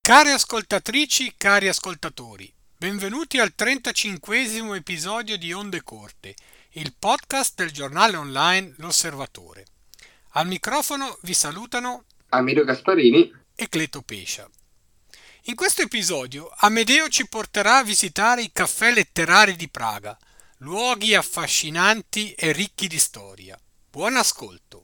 Care ascoltatrici, cari ascoltatori, benvenuti al 35esimo episodio di Onde Corte, il podcast del giornale online L'Osservatore. Al microfono vi salutano Amedeo Gasparini e Cleto Pescia. In questo episodio Amedeo ci porterà a visitare i caffè letterari di Praga, luoghi affascinanti e ricchi di storia. Buon ascolto!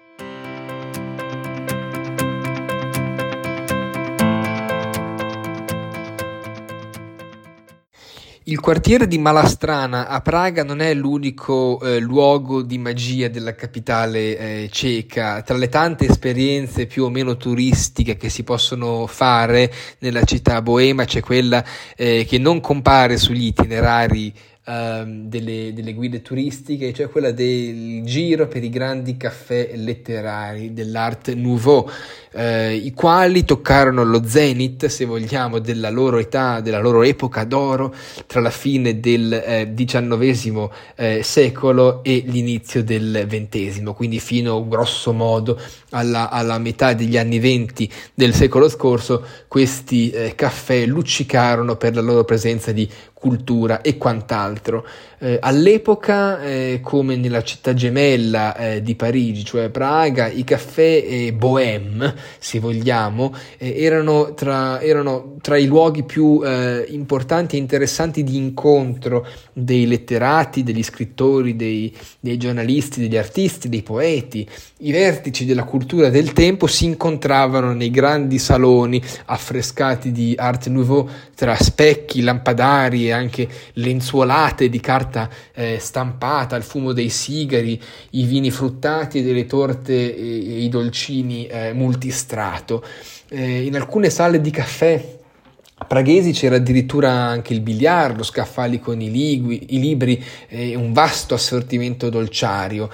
Il quartiere di Malastrana a Praga non è l'unico luogo di magia della capitale ceca. Tra le tante esperienze più o meno turistiche che si possono fare nella città boema c'è quella che non compare sugli itinerari delle guide turistiche, cioè quella del giro per i grandi caffè letterari dell'Art Nouveau, i quali toccarono lo zenith, se vogliamo, della loro età, della loro epoca d'oro tra la fine del XIX secolo e l'inizio del XX, quindi fino grosso modo alla metà degli anni '20 del secolo scorso. Questi caffè luccicarono per la loro presenza di cultura e quant'altro. All'epoca, come nella città gemella di Parigi, cioè Praga, i caffè bohème, se vogliamo, erano tra i luoghi più importanti e interessanti di incontro dei letterati, degli scrittori, dei giornalisti, degli artisti, dei poeti. I vertici della cultura del tempo si incontravano nei grandi saloni affrescati di Art Nouveau, tra specchi, lampadari e anche lenzuolate di carta stampata, il fumo dei sigari, i vini fruttati e delle torte e i dolcini multistrato. In alcune sale di caffè praghesi c'era addirittura anche il biliardo, scaffali con i libri, un vasto assortimento dolciario.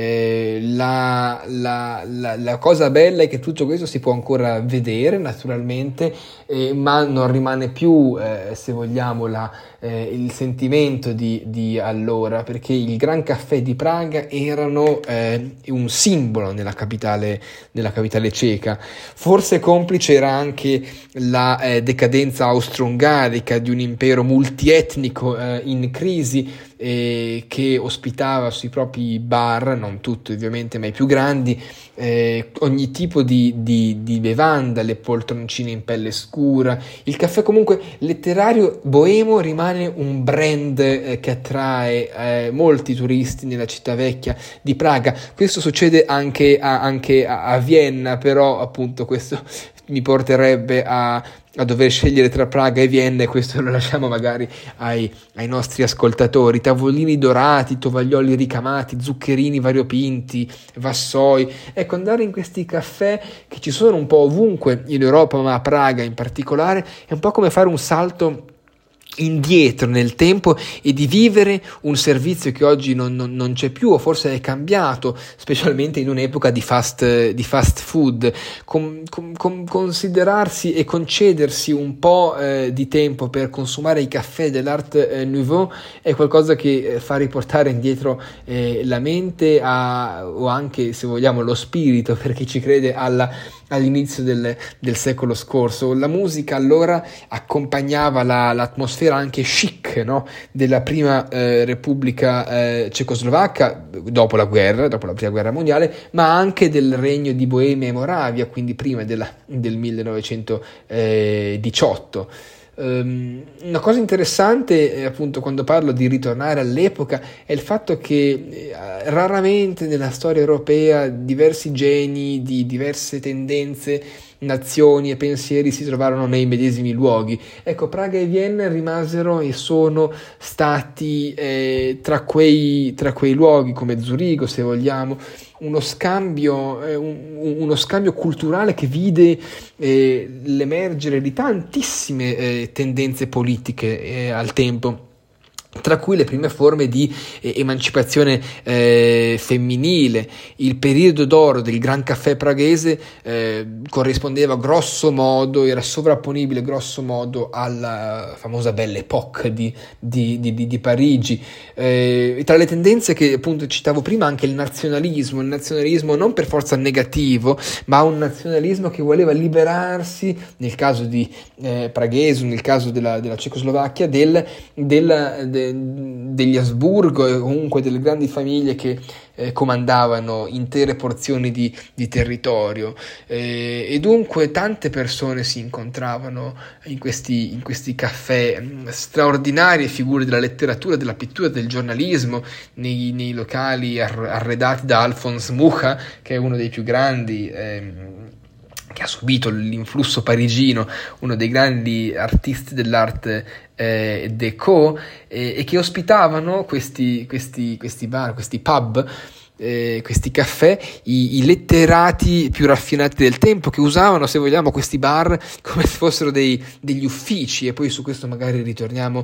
La cosa bella è che tutto questo si può ancora vedere naturalmente, ma non rimane più, se vogliamo, il sentimento di allora, perché il Gran Caffè di Praga erano un simbolo nella capitale ceca. Forse complice era anche la decadenza austro-ungarica di un impero multietnico in crisi, che ospitava sui propri bar, non tutti ovviamente ma i più grandi, ogni tipo di bevanda, le poltroncine in pelle scura. Il caffè comunque letterario boemo rimane un brand che attrae molti turisti nella città vecchia di Praga. Questo succede anche a Vienna, però appunto questo mi porterebbe a dover scegliere tra Praga e Vienna, e questo lo lasciamo magari ai nostri ascoltatori. Tavolini dorati, tovaglioli ricamati, zuccherini variopinti, vassoi. Ecco, andare in questi caffè che ci sono un po' ovunque in Europa, ma a Praga in particolare, è un po' come fare un salto indietro nel tempo e di vivere un servizio che oggi non c'è più, o forse è cambiato, specialmente in un'epoca di fast food. Considerarsi e concedersi un po' di tempo per consumare i caffè dell'Art Nouveau è qualcosa che fa riportare indietro la mente o anche, se vogliamo, lo spirito, per chi ci crede, all'inizio del secolo scorso. La musica allora accompagnava l'atmosfera anche chic, no? Della prima Repubblica Cecoslovacca dopo la prima guerra mondiale, ma anche del regno di Boemia e Moravia, quindi prima del 1918. Una cosa interessante, appunto, quando parlo di ritornare all'epoca, è il fatto che raramente nella storia europea diversi geni di diverse tendenze, nazioni e pensieri si trovarono nei medesimi luoghi. Ecco, Praga e Vienna rimasero e sono stati tra quei luoghi, come Zurigo, se vogliamo, uno scambio culturale che vide l'emergere di tantissime tendenze politiche al tempo. tra cui le prime forme di emancipazione femminile. Il periodo d'oro del Gran Caffè praghese corrispondeva grosso modo, era sovrapponibile grosso modo alla famosa Belle Époque di Parigi. Tra le tendenze che appunto citavo prima, anche il nazionalismo non per forza negativo, ma un nazionalismo che voleva liberarsi, nel caso di Praghese, nel caso della Cecoslovacchia, degli Asburgo e comunque delle grandi famiglie che comandavano intere porzioni di territorio, e dunque tante persone si incontravano in questi caffè, straordinarie figure della letteratura, della pittura, del giornalismo, nei locali arredati da Alphonse Mucha, che è uno dei più grandi, che ha subito l'influsso parigino, uno dei grandi artisti dell'arte déco, e che ospitavano questi bar, questi pub, questi caffè, i letterati più raffinati del tempo, che usavano, se vogliamo, questi bar come se fossero degli uffici, e poi su questo magari ritorniamo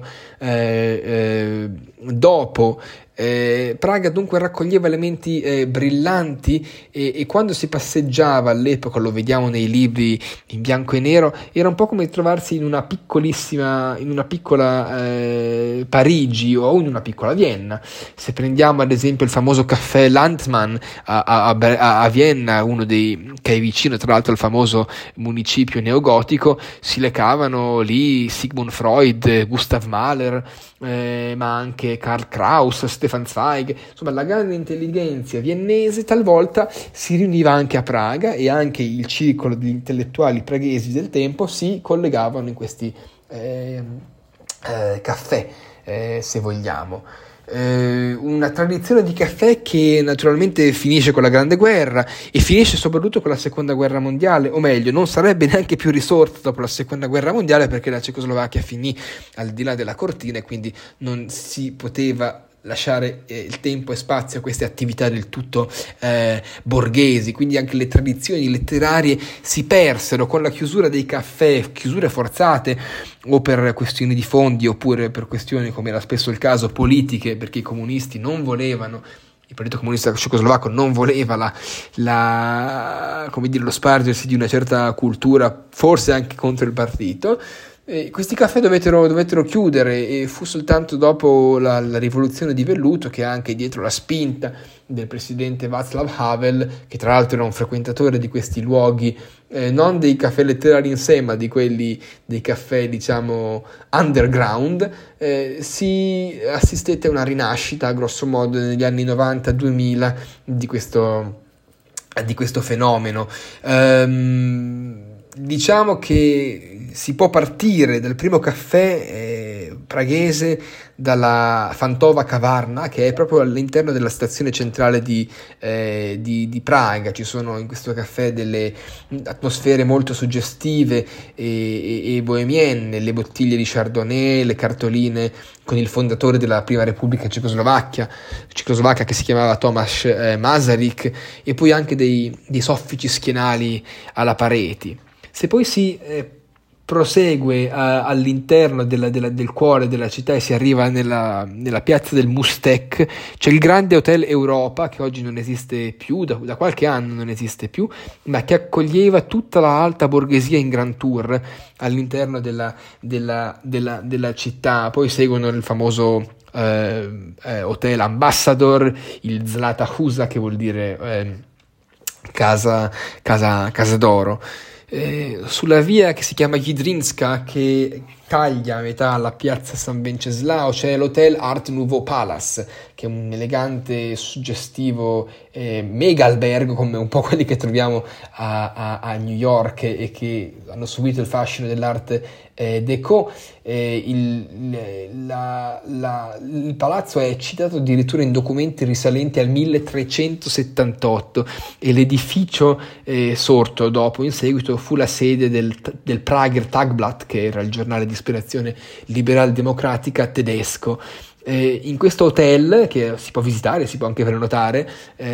dopo. Praga dunque raccoglieva elementi brillanti, e quando si passeggiava all'epoca, lo vediamo nei libri in bianco e nero, era un po' come trovarsi in una piccola Parigi o in una piccola Vienna. Se prendiamo ad esempio il famoso caffè Landmann a Vienna, che è vicino tra l'altro al famoso municipio neogotico, si lecavano lì Sigmund Freud, Gustav Mahler, ma anche Karl Kraus, Stefan Zweig, insomma la grande intelligenza viennese talvolta si riuniva anche a Praga, e anche il circolo degli intellettuali praghesi del tempo si collegavano in questi caffè, se vogliamo. Una tradizione di caffè che naturalmente finisce con la Grande Guerra e finisce soprattutto con la Seconda Guerra Mondiale, o meglio, non sarebbe neanche più risorta dopo la Seconda Guerra Mondiale, perché la Cecoslovacchia finì al di là della cortina e quindi non si poteva lasciare il tempo e spazio a queste attività del tutto borghesi, quindi anche le tradizioni letterarie si persero con la chiusura dei caffè, chiusure forzate o per questioni di fondi oppure per questioni, come era spesso il caso, politiche, perché i comunisti non volevano, il Partito Comunista Cecoslovacco non voleva lo spargersi di una certa cultura, forse anche contro il partito. Questi caffè dovettero chiudere, e fu soltanto dopo la rivoluzione di velluto, che anche dietro la spinta del presidente Václav Havel, che tra l'altro era un frequentatore di questi luoghi, non dei caffè letterari in sé, ma dei caffè diciamo underground, si assistette a una rinascita grosso modo negli anni 90-2000 di questo fenomeno. Diciamo che si può partire dal primo caffè praghese, dalla Fantova Kavarna, che è proprio all'interno della stazione centrale di Praga. Ci sono in questo caffè delle atmosfere molto suggestive e bohemienne, le bottiglie di Chardonnay, le cartoline con il fondatore della prima Repubblica Cecoslovacca che si chiamava Tomasz Masaryk, e poi anche dei soffici schienali alla pareti. Se poi si prosegue all'interno del cuore della città e si arriva nella piazza del Mustek, c'è il grande Hotel Europa, che oggi non esiste più, da qualche anno non esiste più, ma che accoglieva tutta la alta borghesia in Grand Tour all'interno della città. Poi seguono il famoso Hotel Ambassador, il Zlata Husa, che vuol dire casa d'oro. Sulla via che si chiama Jidrinska, che taglia a metà la piazza San Venceslao, c'è l'hotel Art Nouveau Palace, che è un elegante, suggestivo mega albergo, come un po' quelli che troviamo a New York e che hanno subito il fascino dell'arte déco. Il palazzo è citato addirittura in documenti risalenti al 1378, e l'edificio sorto dopo, in seguito, fu la sede del Prager Tagblatt, che era il giornale di ispirazione liberal democratica tedesco. In questo hotel, che si può visitare, si può anche prenotare,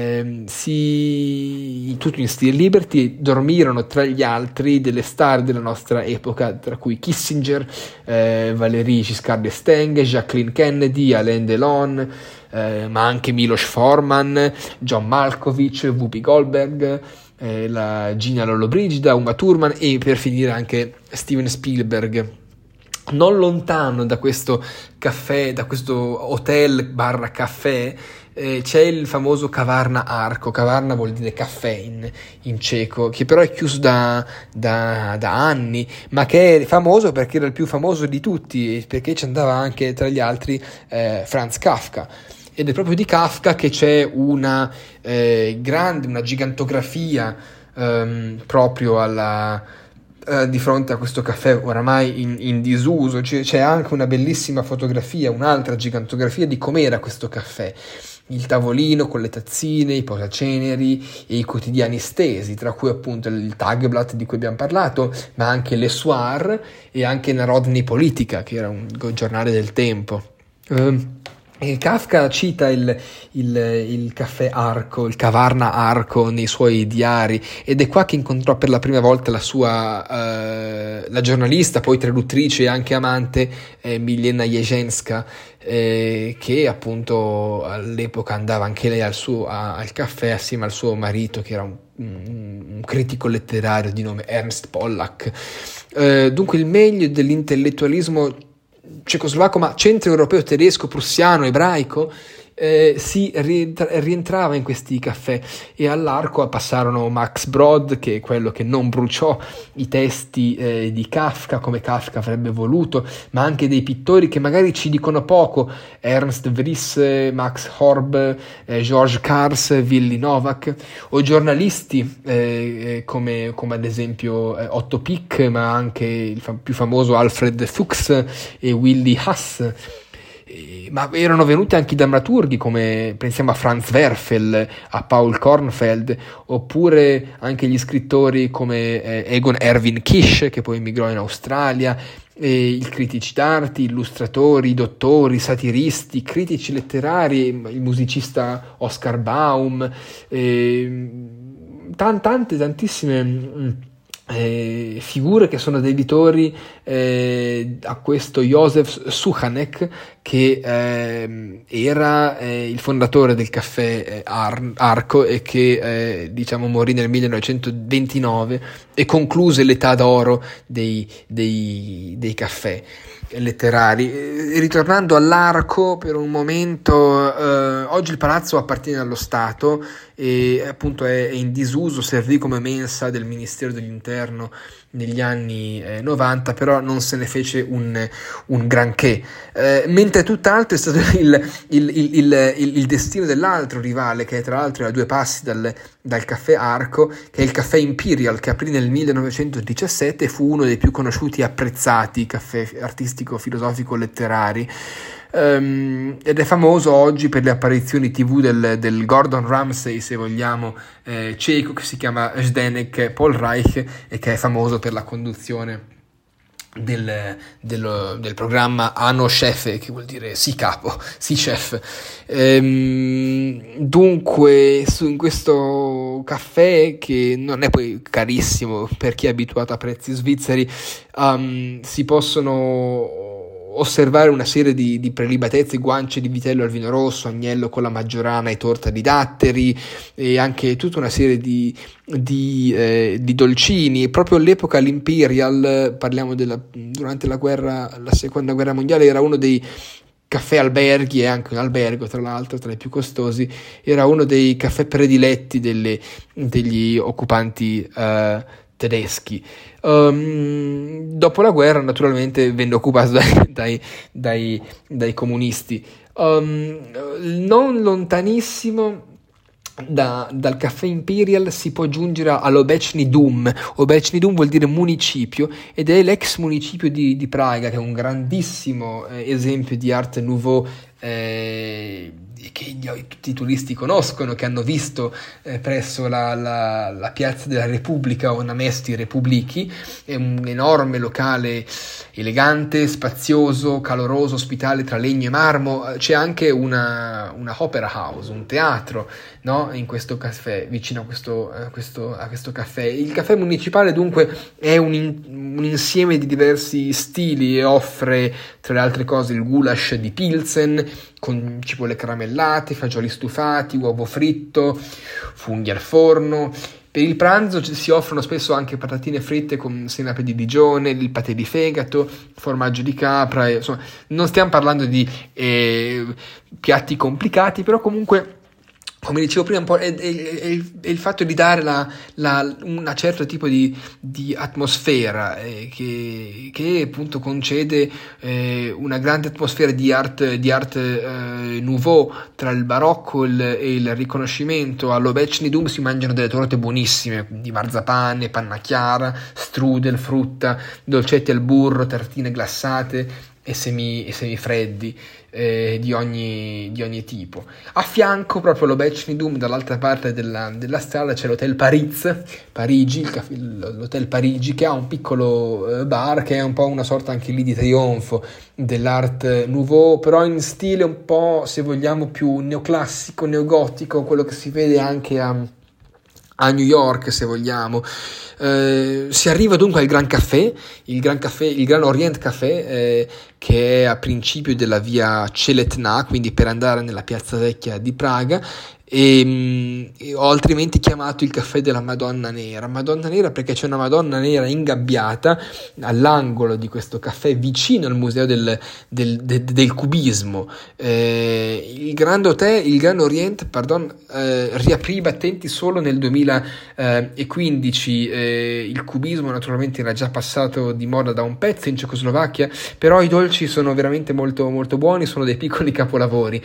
tutto in stile Liberty, dormirono tra gli altri delle star della nostra epoca, tra cui Kissinger, Valéry Giscard d'Estaing, Jacqueline Kennedy, Alain Delon, ma anche Miloš Forman, John Malkovich, Whoopi Goldberg, la Gina Lollobrigida, Uma Thurman e per finire anche Steven Spielberg. Non lontano da questo caffè, da questo hotel barra caffè, c'è il famoso Kavarna Arko. Kavarna vuol dire caffè in ceco, che però è chiuso da anni, ma che è famoso perché era il più famoso di tutti, perché ci andava anche tra gli altri Franz Kafka. Ed è proprio di Kafka che c'è una gigantografia proprio di fronte a questo caffè oramai in disuso. C'è anche una bellissima fotografia, un'altra gigantografia di com'era questo caffè, il tavolino con le tazzine, i posaceneri e i quotidiani stesi, tra cui appunto il Tageblatt di cui abbiamo parlato, ma anche Le Soir e anche Narodny Politica, che era un giornale del tempo. E Kafka cita il caffè Arko, il Kavarna Arko nei suoi diari, ed è qua che incontrò per la prima volta la giornalista, poi traduttrice e anche amante, Milena Jesenska, che appunto all'epoca andava anche lei al caffè assieme al suo marito, che era un critico letterario di nome Ernst Pollack. Dunque il meglio dell'intellettualismo cecoslovacco, ma centroeuropeo, tedesco, prussiano, ebraico, si rientrava in questi caffè. E all'Arco passarono Max Brod, che è quello che non bruciò i testi di Kafka come Kafka avrebbe voluto, ma anche dei pittori che magari ci dicono poco: Ernst Wrisse, Max Horb, George Kars, Willy Novak, o giornalisti come ad esempio Otto Pick, ma anche il più famoso Alfred Fuchs e Willy Haas. Ma erano venuti anche i drammaturghi, come pensiamo a Franz Werfel, a Paul Kornfeld, oppure anche gli scrittori come Egon Erwin Kisch, che poi emigrò in Australia, i critici d'arte, illustratori, dottori, satiristi, critici letterari, il musicista Oscar Baum, tantissime figure che sono debitori a questo Josef Suchanek, che era il fondatore del caffè Arco e che diciamo morì nel 1929 e concluse l'età d'oro dei caffè letterari. Ritornando all'Arco per un momento, oggi il palazzo appartiene allo Stato e appunto è in disuso, servì come mensa del Ministero dell'Interno negli anni 90, però non se ne fece un granché, mentre tutt'altro è stato il destino dell'altro rivale, che tra l'altro era a 2 passi dal caffè Arco, che è il caffè Imperial, che aprì nel 1917 e fu uno dei più conosciuti e apprezzati caffè artistico, filosofico, letterari. Ed è famoso oggi per le apparizioni TV del Gordon Ramsay, se vogliamo, ceco, che si chiama Zdeněk Polreich e che è famoso per la conduzione del programma Ano Chef, che vuol dire sì capo, sì chef. Dunque in questo caffè, che non è poi carissimo per chi è abituato a prezzi svizzeri, si possono osservare una serie di prelibatezze: guance di vitello al vino rosso, agnello con la maggiorana e torta di datteri, e anche tutta una serie di dolcini. Proprio all'epoca l'Imperial, parliamo durante la seconda guerra mondiale, era uno dei caffè alberghi, e anche un albergo tra l'altro tra i più costosi, era uno dei caffè prediletti degli occupanti tedeschi. Dopo la guerra naturalmente venne occupato dai comunisti. Non lontanissimo dal caffè Imperial si può giungere all'Obecny Dum. Obecny Dum vuol dire municipio ed è l'ex municipio di Praga, che è un grandissimo esempio di arte nouveau tutti i turisti conoscono, che hanno visto presso la piazza della Repubblica o Namesti Republiki. È un enorme locale elegante, spazioso, caloroso, ospitale tra legno e marmo. C'è anche una opera house, un teatro, no? In questo caffè, vicino a questo caffè. Il caffè municipale dunque è un insieme di diversi stili e offre, tra le altre cose, il goulash di Pilsen con cipolle caramellate, fagioli stufati, uovo fritto, funghi al forno. Per il pranzo si offrono spesso anche patatine fritte con senape di Digione, il patè di fegato, formaggio di capra. Insomma, non stiamo parlando di piatti complicati, però comunque, come dicevo prima, un po' è il fatto di dare una certo tipo di atmosfera che appunto concede una grande atmosfera di art nouveau tra il barocco e il riconoscimento. All'Obecni Dum si mangiano delle torte buonissime di marzapane, panna chiara, strudel, frutta, dolcetti al burro, tartine glassate e semifreddi di ogni tipo. A fianco, proprio all'Obecni Dum, dall'altra parte della strada, c'è l'Hotel Parigi, l'Hotel Parigi, che ha un piccolo bar che è un po' una sorta anche lì di trionfo dell'art nouveau, però in stile un po', se vogliamo, più neoclassico, neogotico, quello che si vede anche a New York, se vogliamo. Si arriva dunque al Gran Café, il Gran Orient Café, che è a principio della via Celetná, quindi per andare nella piazza vecchia di Praga, o altrimenti chiamato il caffè della Madonna Nera perché c'è una Madonna Nera ingabbiata all'angolo di questo caffè, vicino al museo del cubismo. Il Gran Orient riaprì i battenti solo nel 2015. Il cubismo naturalmente era già passato di moda da un pezzo in Cecoslovacchia, però i dolci sono veramente molto, molto buoni, sono dei piccoli capolavori.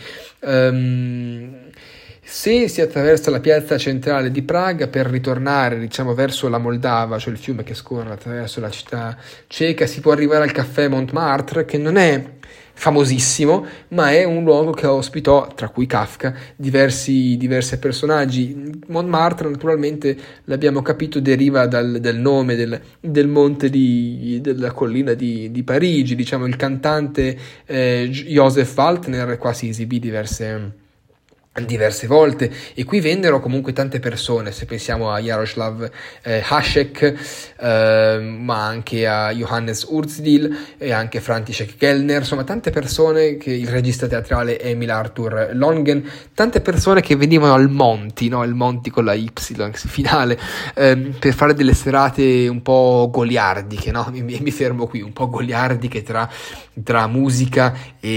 Se si attraversa la piazza centrale di Praga per ritornare, diciamo, verso la Moldava, cioè il fiume che scorre attraverso la città ceca, si può arrivare al caffè Montmartre, che non è famosissimo, ma è un luogo che ospitò, tra cui Kafka, diversi personaggi. Montmartre, naturalmente, l'abbiamo capito, deriva dal nome del monte della collina di Parigi. Diciamo, il cantante Joseph Waldner qua si esibì diverse volte, e qui vennero comunque tante persone. Se pensiamo a Jaroslav Hasek, ma anche a Johannes Urzil e anche František Kellner, insomma tante persone, che il regista teatrale Emil Arthur Longen, tante persone che venivano al Monti, no? Il Monti con la Y finale, per fare delle serate un po' goliardiche, no? Mi fermo qui, un po' goliardiche tra musica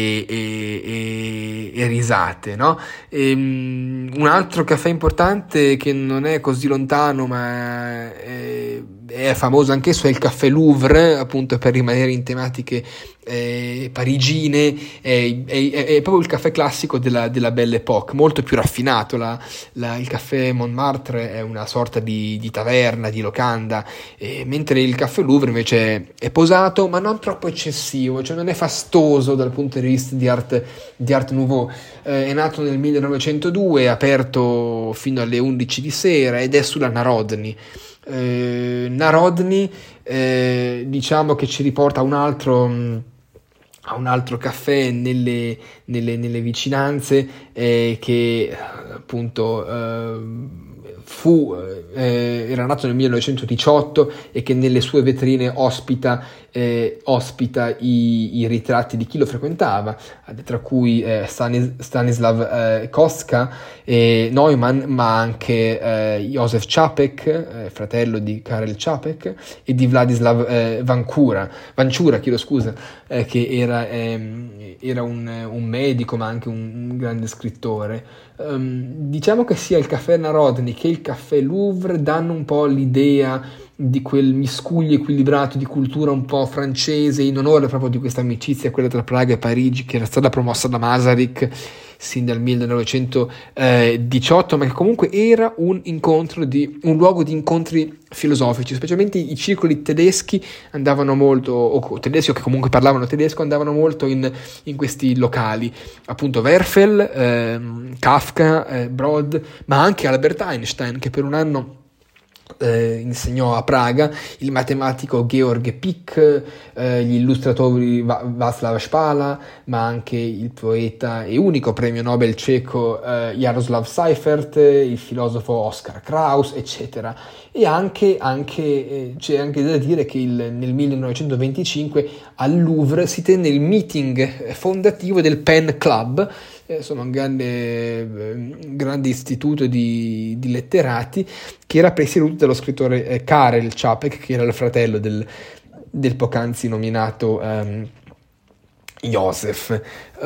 e risate, no? Un altro caffè importante che non è così lontano, ma è famoso anch'esso, è il caffè Louvre, appunto, per rimanere in tematiche parigine. È proprio il caffè classico della Belle Époque, molto più raffinato. Il caffè Montmartre è una sorta di taverna, di locanda, mentre il caffè Louvre invece è posato, ma non troppo eccessivo, cioè non è fastoso dal punto di vista di art nouveau. È nato nel 1902, è aperto fino alle 11 di sera ed è sulla Narodny. Diciamo che ci riporta a un altro caffè nelle vicinanze, che appunto era nato nel 1918 e che nelle sue vetrine ospita i ritratti di chi lo frequentava, tra cui Stanislav Kostka e Neumann, ma anche Józef Čapek, fratello di Karel Čapek, e di Vladislav Vančura, che era un medico, ma anche un grande scrittore. Diciamo che sia il caffè Narodny che il caffè Louvre danno un po' l'idea di quel miscuglio equilibrato di cultura un po' francese, in onore proprio di questa amicizia, quella tra Praga e Parigi, che era stata promossa da Masaryk sin dal 1918, ma che comunque era un luogo di incontri filosofici, specialmente i circoli tedeschi andavano molto, o tedeschi o che comunque parlavano tedesco, andavano molto in questi locali, appunto Werfel, Kafka, Brod, ma anche Albert Einstein, che per un anno insegnò a Praga, il matematico Georg Pick, gli illustratori Václav Spala, ma anche il poeta e unico premio Nobel ceco Jaroslav Seifert, il filosofo Oskar Kraus, eccetera. E c'è anche da dire che nel 1925 al Louvre si tenne il meeting fondativo del Pen Club, insomma un grande istituto di letterati, che era presieduto dallo scrittore Karel Čapek, che era il fratello del poc'anzi nominato Joseph.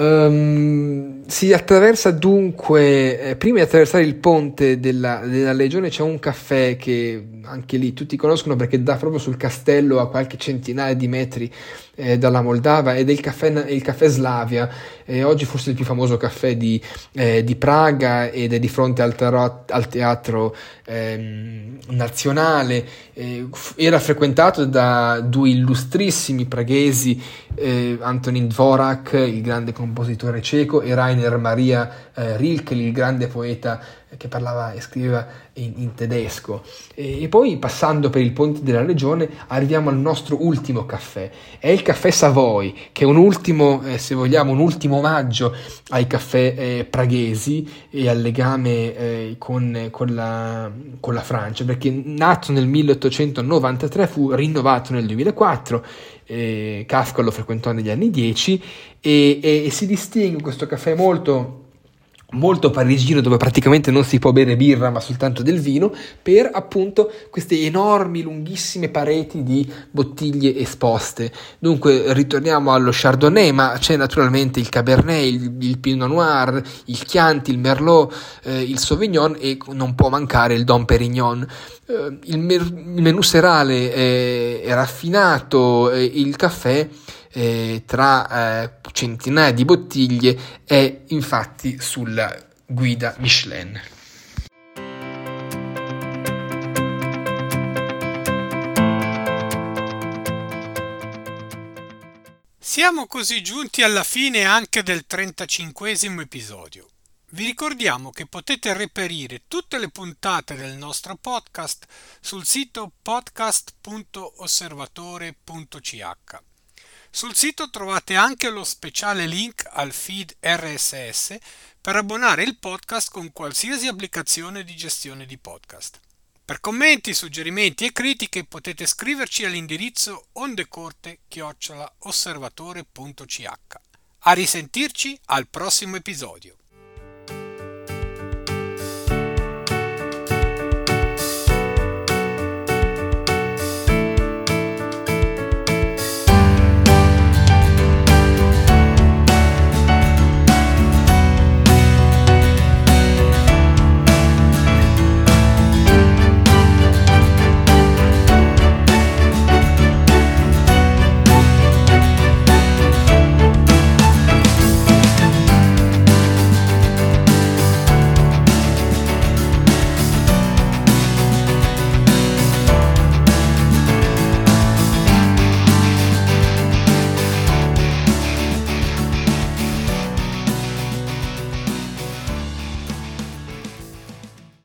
Si attraversa dunque, prima di attraversare il ponte della Legione c'è un caffè che anche lì tutti conoscono perché dà proprio sul castello a qualche centinaia di metri dalla Moldava, ed è il caffè Slavia, oggi forse il più famoso caffè di Praga, ed è di fronte al teatro nazionale. Era frequentato da due illustrissimi praghesi, Antonín Dvořák, il grande compositore ceco, e Rainer Maria Rilke, il grande poeta che parlava e scriveva in tedesco. E poi, passando per il ponte della Legione, arriviamo al nostro ultimo caffè. È il caffè Savoy, che è un ultimo omaggio ai caffè praghesi e al legame con la Francia, perché nato nel 1893 fu rinnovato nel 2004. Kafka lo frequentò negli anni 10 e si distingue questo caffè molto parigino, dove praticamente non si può bere birra ma soltanto del vino, per appunto queste enormi lunghissime pareti di bottiglie esposte. Dunque ritorniamo allo Chardonnay, ma c'è naturalmente il Cabernet, il Pinot Noir, il Chianti, il Merlot, il Sauvignon, e non può mancare il Dom Pérignon. Il menù serale è raffinato, il caffè tra centinaia di bottiglie è infatti sulla guida Michelin. Siamo così giunti alla fine anche del 35esimo episodio. Vi ricordiamo che potete reperire tutte le puntate del nostro podcast sul sito podcast.osservatore.ch. Sul sito trovate anche lo speciale link al feed RSS per abbonare il podcast con qualsiasi applicazione di gestione di podcast. Per commenti, suggerimenti e critiche potete scriverci all'indirizzo ondecorte@osservatore.ch. A risentirci al prossimo episodio.